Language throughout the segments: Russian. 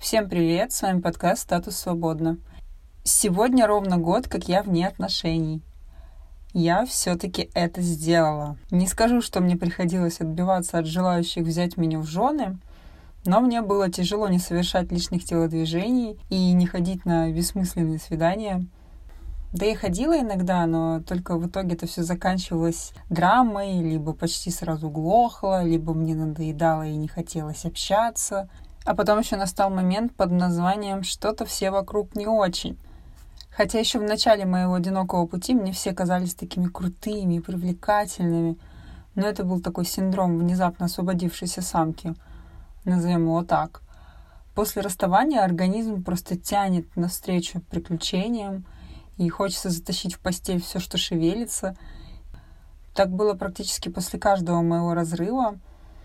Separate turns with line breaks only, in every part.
Всем привет, с вами подкаст «Статус свободно». Сегодня ровно год, как я вне отношений. Я все-таки это сделала. Не скажу, что мне приходилось отбиваться от желающих взять меня в жены, но мне было тяжело не совершать лишних телодвижений и не ходить на бессмысленные свидания. Да и ходила иногда, но только в итоге это все заканчивалось драмой, либо почти сразу глохло, либо мне надоедало и не хотелось общаться. А потом еще настал момент под названием «Что-то все вокруг не очень». Хотя еще в начале моего одинокого пути мне все казались такими крутыми и привлекательными, но это был такой синдром внезапно освободившейся самки. Назовем его так. После расставания организм просто тянет навстречу приключениям, и хочется затащить в постель все, что шевелится. Так было практически после каждого моего разрыва.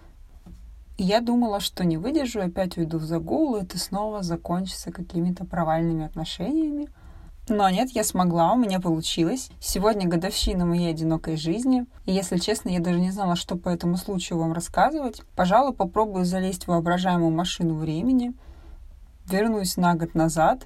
И я думала, что не выдержу, опять уйду в загул, и это снова закончится какими-то провальными отношениями. Но нет, я смогла, у меня получилось. Сегодня годовщина моей одинокой жизни. И, если честно, я даже не знала, что по этому случаю вам рассказывать. Пожалуй, попробую залезть в воображаемую машину времени. Вернусь на год назад,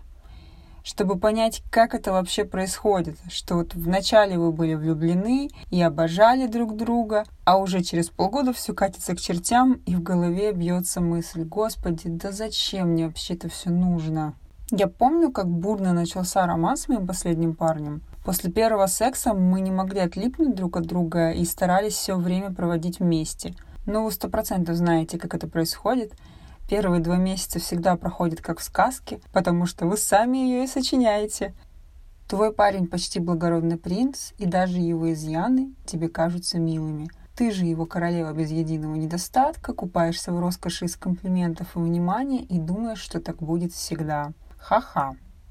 чтобы понять, как это вообще происходит. Что вот вначале вы были влюблены и обожали друг друга, а уже через полгода все катится к чертям, и в голове бьется мысль: «Господи, да зачем мне вообще это все нужно?» Я помню, как бурно начался роман с моим последним парнем. После первого секса мы не могли отлипнуть друг от друга и старались все время проводить вместе. Но вы 100% знаете, как это происходит. Первые 2 месяца всегда проходят как в сказке, потому что вы сами ее и сочиняете. Твой парень почти благородный принц, и даже его изъяны тебе кажутся милыми. Ты же его королева без единого недостатка, купаешься в роскоши из комплиментов и внимания и думаешь, что так будет всегда. Ха-ха.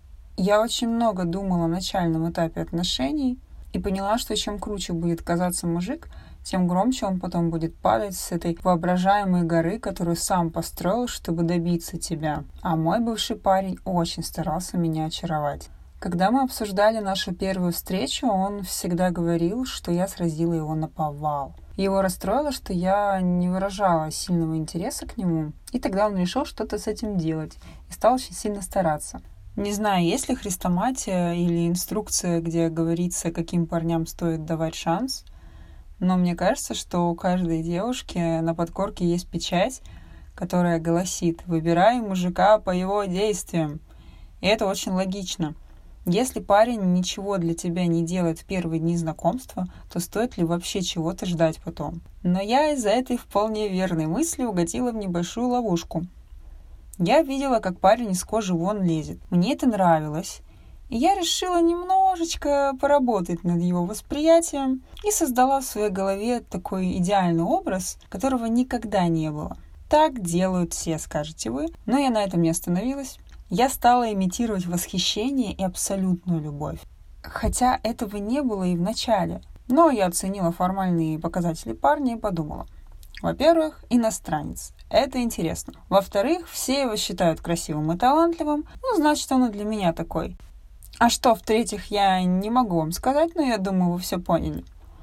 Я очень много думала о начальном этапе отношений и поняла, что чем круче будет казаться мужик, тем громче он потом будет падать с этой воображаемой горы, которую сам построил, чтобы добиться тебя. А мой бывший парень очень старался меня очаровать. Когда мы обсуждали нашу первую встречу, он всегда говорил, что я сразила его наповал. Его расстроило, что я не выражала сильного интереса к нему, и тогда он решил что-то с этим делать и стал очень сильно стараться. Не знаю, есть ли хрестоматия или инструкция, где говорится, каким парням стоит давать шанс, но мне кажется, что у каждой девушки на подкорке есть печать, которая гласит: «Выбирай мужика по его действиям». И это очень логично. Если парень ничего для тебя не делает в первые дни знакомства, то стоит ли вообще чего-то ждать потом? Но я из-за этой вполне верной мысли угодила в небольшую ловушку. Я видела, как парень из кожи вон лезет. Мне это нравилось. И я решила немножечко поработать над его восприятием и создала в своей голове такой идеальный образ, которого никогда не было. Так делают все, скажете вы. Но я на этом не остановилась. Я стала имитировать восхищение и абсолютную любовь. Хотя этого не было и в начале. Но я оценила формальные показатели парня и подумала: во-первых, иностранец. Это интересно. Во-вторых, все его считают красивым и талантливым. Значит, он и для меня такой. А что, в-третьих, я не могу вам сказать, но я думаю, вы все поняли.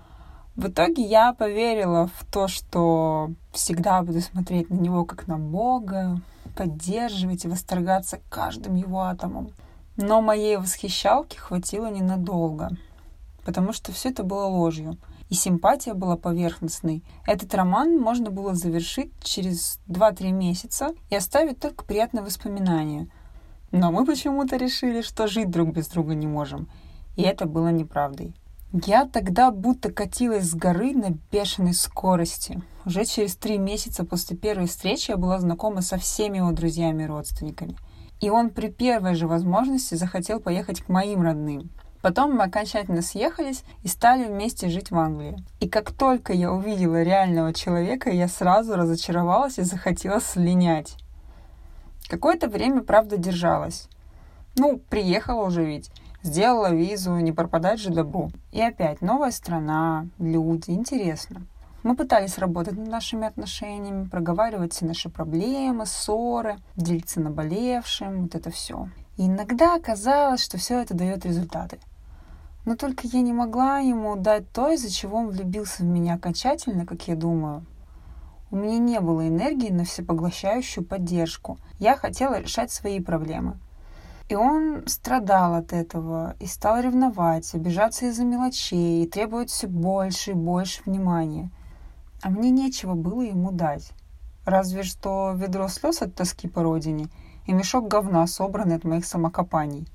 В итоге я поверила в то, что всегда буду смотреть на него как на Бога, поддерживать и восторгаться каждым его атомом. Но моей восхищалки хватило ненадолго, потому что все это было ложью, и симпатия была поверхностной. Этот роман можно было завершить через 2-3 месяца и оставить только приятные воспоминания. Но мы почему-то решили, что жить друг без друга не можем, и это было неправдой. Я тогда будто катилась с горы на бешеной скорости. Уже через 3 месяца после первой встречи я была знакома со всеми его друзьями и родственниками. И он при первой же возможности захотел поехать к моим родным. Потом мы окончательно съехались и стали вместе жить в Англии. И как только я увидела реального человека, я сразу разочаровалась и захотела слинять. Какое-то время, правда, держалась. Приехала уже ведь. Сделала визу, не пропадать же добру. И опять новая страна, люди, интересно. Мы пытались работать над нашими отношениями, проговаривать все наши проблемы, ссоры, делиться наболевшим, вот это все. И иногда казалось, что все это дает результаты. Но только я не могла ему дать то, из-за чего он влюбился в меня окончательно, как я думаю. У меня не было энергии на всепоглощающую поддержку. Я хотела решать свои проблемы. И он страдал от этого, и стал ревновать, обижаться из-за мелочей, и требовать все больше и больше внимания. А мне нечего было ему дать. Разве что ведро слез от тоски по родине и мешок говна, собранный от моих самокопаний.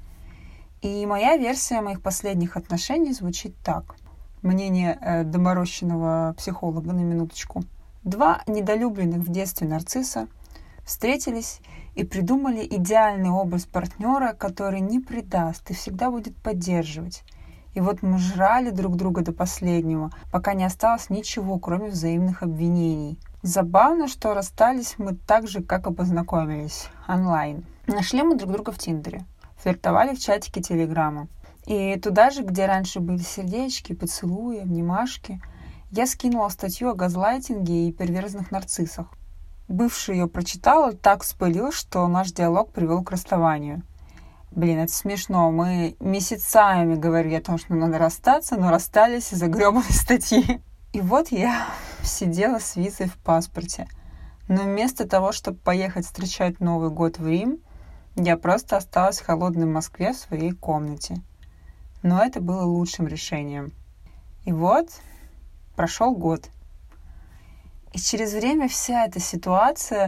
И моя версия моих последних отношений звучит так. Мнение доморощенного психолога на минуточку. 2 недолюбленных в детстве нарцисса встретились и придумали идеальный образ партнера, который не предаст и всегда будет поддерживать. И вот мы жрали друг друга до последнего, пока не осталось ничего, кроме взаимных обвинений. Забавно, что расстались мы так же, как и познакомились, онлайн. Нашли мы друг друга в Тиндере, флиртовали в чатике Телеграма. И туда же, где раньше были сердечки, поцелуи, обнимашки, я скинула статью о газлайтинге и перверзных нарциссах. Бывший ее прочитал и так вспылил, что наш диалог привел к расставанию. Блин, это смешно. Мы месяцами говорили о том, что надо расстаться, но расстались из-за гребаной статьи. И вот я сидела с визой в паспорте. Но вместо того, чтобы поехать встречать Новый год в Рим, я просто осталась в холодной Москве в своей комнате. Но это было лучшим решением. И вот прошел год. И через время вся эта ситуация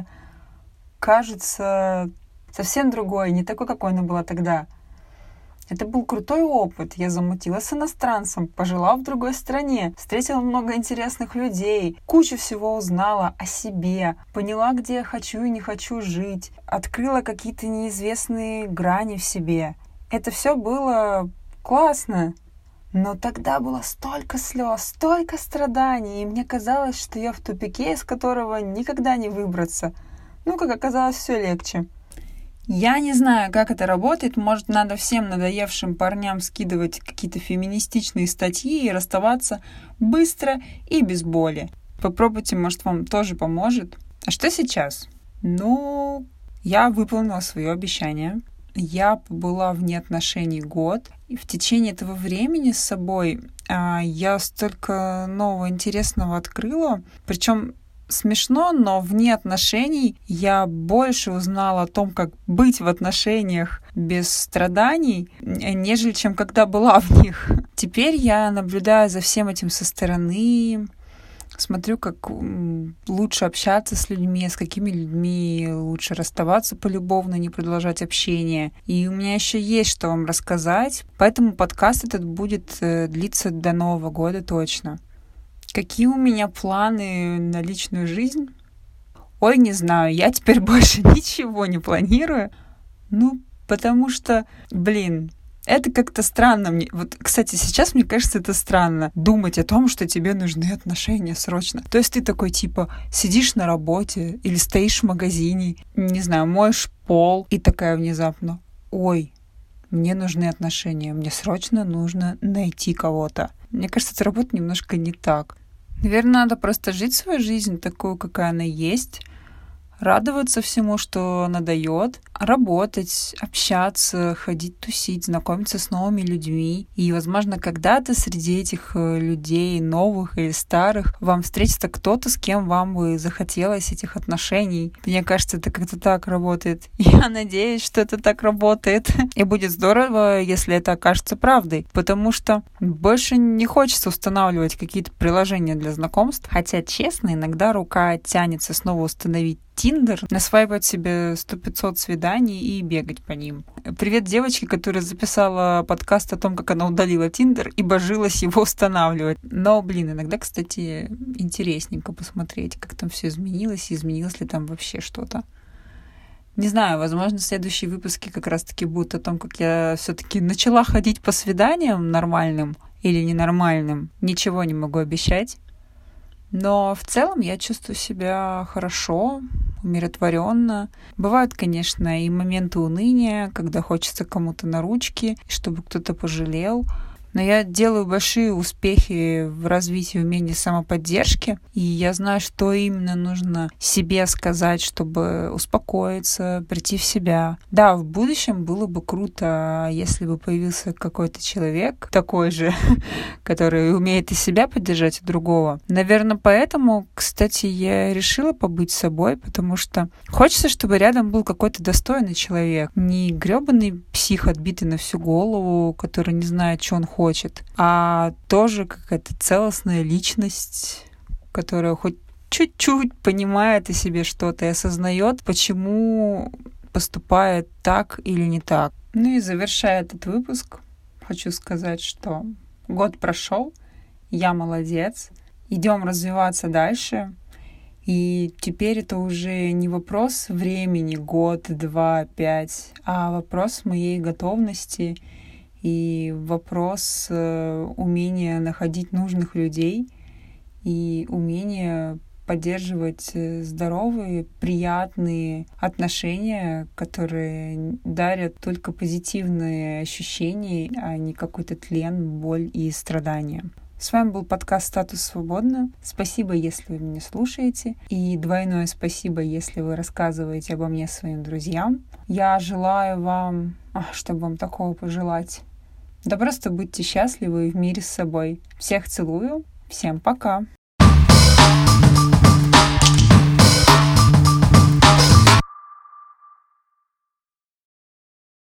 кажется совсем другой, не такой, какой она была тогда. Это был крутой опыт. Я замутила с иностранцем, пожила в другой стране, встретила много интересных людей, кучу всего узнала о себе, поняла, где я хочу и не хочу жить, открыла какие-то неизвестные грани в себе. Это все было классно. Но тогда было столько слез, столько страданий, и мне казалось, что я в тупике, из которого никогда не выбраться. Как оказалось, все легче. Я не знаю, как это работает. Может, надо всем надоевшим парням скидывать какие-то феминистичные статьи и расставаться быстро и без боли. Попробуйте, может, вам тоже поможет. А что сейчас? Я выполнила свое обещание. Я побыла вне отношений год, и в течение этого времени с собой я столько нового интересного открыла. Причем смешно, но вне отношений я больше узнала о том, как быть в отношениях без страданий, нежели чем когда была в них. Теперь я наблюдаю за всем этим со стороны, смотрю, как лучше общаться с людьми, с какими людьми лучше расставаться полюбовно, не продолжать общение. И у меня еще есть что вам рассказать, поэтому подкаст этот будет длиться до Нового года точно. Какие у меня планы на личную жизнь? Ой, не знаю, я теперь больше ничего не планирую. Потому что, это как-то странно мне. Вот, кстати, сейчас мне кажется, это странно думать о том, что тебе нужны отношения срочно. То есть ты такой, сидишь на работе или стоишь в магазине, не знаю, моешь пол, и такая внезапно: ой, мне нужны отношения, мне срочно нужно найти кого-то. Мне кажется, это работает немножко не так. Наверное, надо просто жить свою жизнь такую, какая она есть, радоваться всему, что она дает, работать, общаться, ходить тусить, знакомиться с новыми людьми. И, возможно, когда-то среди этих людей, новых или старых, вам встретится кто-то, с кем вам бы захотелось этих отношений. Мне кажется, это как-то так работает. Я надеюсь, что это так работает. И будет здорово, если это окажется правдой. Потому что больше не хочется устанавливать какие-то приложения для знакомств. Хотя, честно, иногда рука тянется снова установить Тиндер, насвайпать себе 100-500 свиданий и бегать по ним. Привет девочке, которая записала подкаст о том, как она удалила Тиндер и божилась его устанавливать. Но, иногда, кстати, интересненько посмотреть, как там все изменилось, и изменилось ли там вообще что-то. Не знаю, возможно, следующие выпуски как раз-таки будут о том, как я все-таки начала ходить по свиданиям нормальным или ненормальным. Ничего не могу обещать. Но в целом я чувствую себя хорошо, умиротворенно. Бывают, конечно, и моменты уныния, когда хочется кому-то на ручки, чтобы кто-то пожалел. Но я делаю большие успехи в развитии умения самоподдержки, и я знаю, что именно нужно себе сказать, чтобы успокоиться, прийти в себя. Да, в будущем было бы круто, если бы появился какой-то человек такой же, который умеет и себя поддержать, и другого. Наверное, поэтому, кстати, я решила побыть собой, потому что хочется, чтобы рядом был какой-то достойный человек, не грёбаный псих, отбитый на всю голову, который не знает, что он хочет, а тоже какая-то целостная личность, которая хоть чуть-чуть понимает о себе что-то и осознает, почему поступает так или не так. Ну и завершая этот выпуск, хочу сказать, что год прошел, я молодец, идем развиваться дальше. И теперь это уже не вопрос времени, год, 2, 5, а вопрос моей готовности и вопрос умения находить нужных людей и умения поддерживать здоровые, приятные отношения, которые дарят только позитивные ощущения, а не какой-то тлен, боль и страдания. С вами был подкаст «Статус свободно». Спасибо, если вы меня слушаете. И двойное спасибо, если вы рассказываете обо мне своим друзьям. Я желаю вам... чтобы вам такого пожелать? Да просто будьте счастливы в мире с собой. Всех целую. Всем пока.